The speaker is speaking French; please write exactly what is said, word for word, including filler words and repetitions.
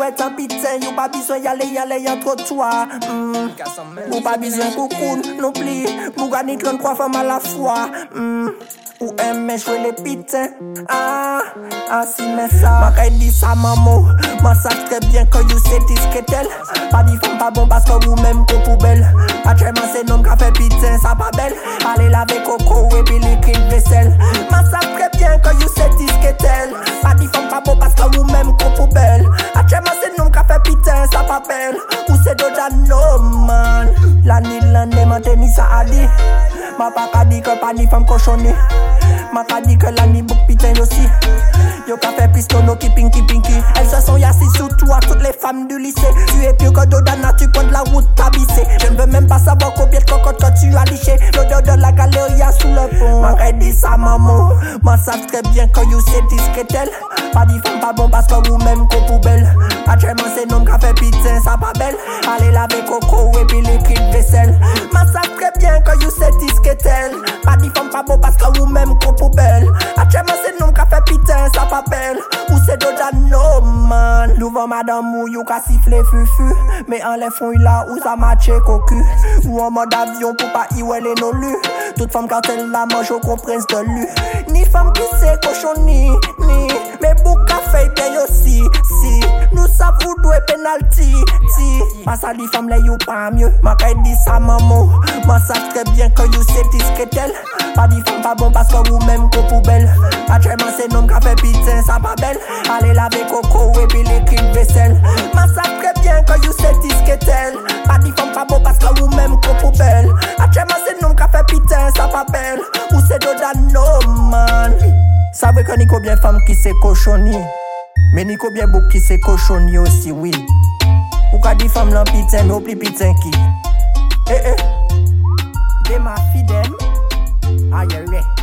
ou est un pitin, ou pas besoin y aller, y aller en trottoir. Mm. Ou pas besoin coucou, non plus. Ou gagner trente-trois femmes à la fois. Mm. Ou aimer jouer les pitins. Ah, ah si mais ça. Ma caille dit ça maman. Ma sac très bien quand you sais disquetel. Pas dit femme pas bon parce que vous même qu'on poubelle. Actuellement c'est nom qui fait pitin, ça pas belle. Allez laver coco et puis liquide vaisselle. Ma sac très bien quand you sais disquetel. Pas dit femme pas bon parce que vous même qu'on poubelle. Actuellement c'est nom qui fait pitin, ça pas belle. Ou c'est doja no man. La ni l'année maintenant ça a dit. Ma pas qu'a dit que pas ni femme cochonnée. Ma pas dit que la ni bouk pitin aussi. Yo qu'a fait pistono qui pinky pinky. Elles se sont assises sous toi, toutes les femmes du lycée. Tu es plus que Dodana, tu comptes la route tabissée. Je ne veux même pas savoir combien de cocottes que tu as liché. L'odeur de la galerie sous le pont. Ma caille dit ça maman. Ma savent très bien que you sais disquetel. Pas dit femme pas bon parce que vous même qu'on poubelle. Actuellement c'est nom qui fait pitin, ça pas belle. Allez laver coco et puis liquide vaisselle. Ma savent très bien que you sais disquetel. Pas dit femme pas bon parce que vous même qu'on poubelle. Actuellement c'est nom qui fait pitin, ça pas belle. Ou c'est doja no man. L'ouvre madame ou you ka siffler fufu. Mais en les fonds il a ou ça matche cocu. Ou en mode avion pour pas y les non lu. Toute femme quand elle la mange au comprince de lu. Ni femme qui sait cochon ni ni. Mais bouka fait bien aussi. Si nous savons doué penalty. Si pas ça dit femme les you pas mieux. Ma caille dit ça maman. Ma savent très bien que you sais disquetel. Pas dit femme pas bon parce que vous même qu'on poubelle. Actuellement c'est nom qui fait pitin, ça pas belle. Allez laver coco et puis liquide vaisselle. Ma savent très bien que you sais disquetel. Pas dit femme pas bon parce que vous même qu'on poubelle. Actuellement c'est nom qui fait pitin, ça pas belle. Ou c'est doja no man. Savez que Nico bien femme qui c'est cochonnie. Mais Nico bien beau qui c'est cochonnie aussi oui. Ou qu'a dit femme l'en pitin mais oublie pitin qui. Eh eh. Des ma fidèle. Aïe aïe.